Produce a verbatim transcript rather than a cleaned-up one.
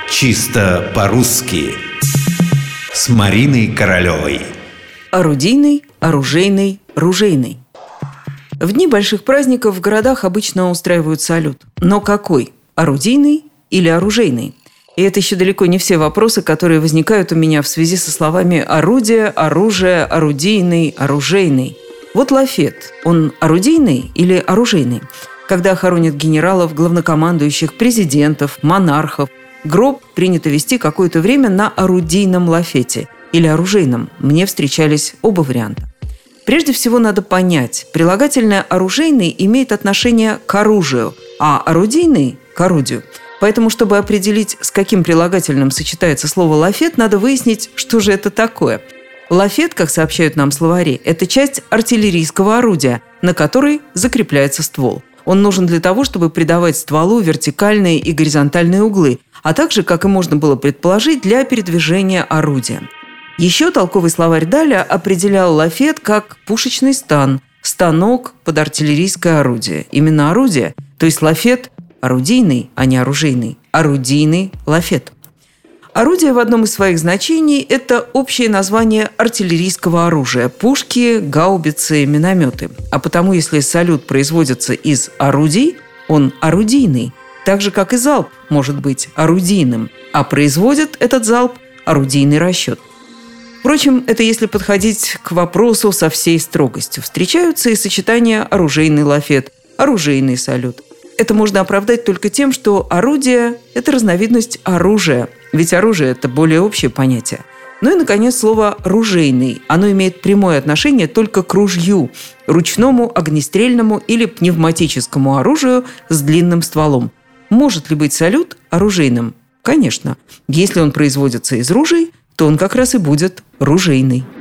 Чисто по-русски с Мариной Королевой. Орудийный, оружейный, ружейный. В дни больших праздников в городах обычно устраивают салют. Но какой? Орудийный или оружейный? И это еще далеко не все вопросы, которые возникают у меня в связи со словами «орудие», «оружие», «орудийный», «оружейный». Вот лафет. Он орудийный или оружейный? Когда хоронят генералов, главнокомандующих, президентов, монархов, гроб принято вести какое-то время на орудийном лафете или оружейном. Мне встречались оба варианта. Прежде всего надо понять, прилагательное «оружейный» имеет отношение к оружию, а орудийный – к орудию. Поэтому, чтобы определить, с каким прилагательным сочетается слово «лафет», надо выяснить, что же это такое. Лафет, как сообщают нам словари, это часть артиллерийского орудия, на которой закрепляется ствол. Он нужен для того, чтобы придавать стволу вертикальные и горизонтальные углы, а также, как и можно было предположить, для передвижения орудия. Еще толковый словарь Даля определял лафет как пушечный стан, станок под артиллерийское орудие. Именно орудие, то есть лафет орудийный, а не оружейный, орудийный лафет. Орудие в одном из своих значений – это общее название артиллерийского оружия – пушки, гаубицы, минометы. А потому, если салют производится из орудий, он орудийный, так же, как и залп может быть орудийным, а производит этот залп орудийный расчет. Впрочем, это если подходить к вопросу со всей строгостью. Встречаются и сочетания оружейный лафет, оружейный салют. Это можно оправдать только тем, что орудие – это разновидность оружия, ведь оружие – это более общее понятие. Ну и, наконец, слово «ружейный». Оно имеет прямое отношение только к ружью, ручному, огнестрельному или пневматическому оружию с длинным стволом. Может ли быть салют оружейным? Конечно. Если он производится из ружей, то он как раз и будет ружейный.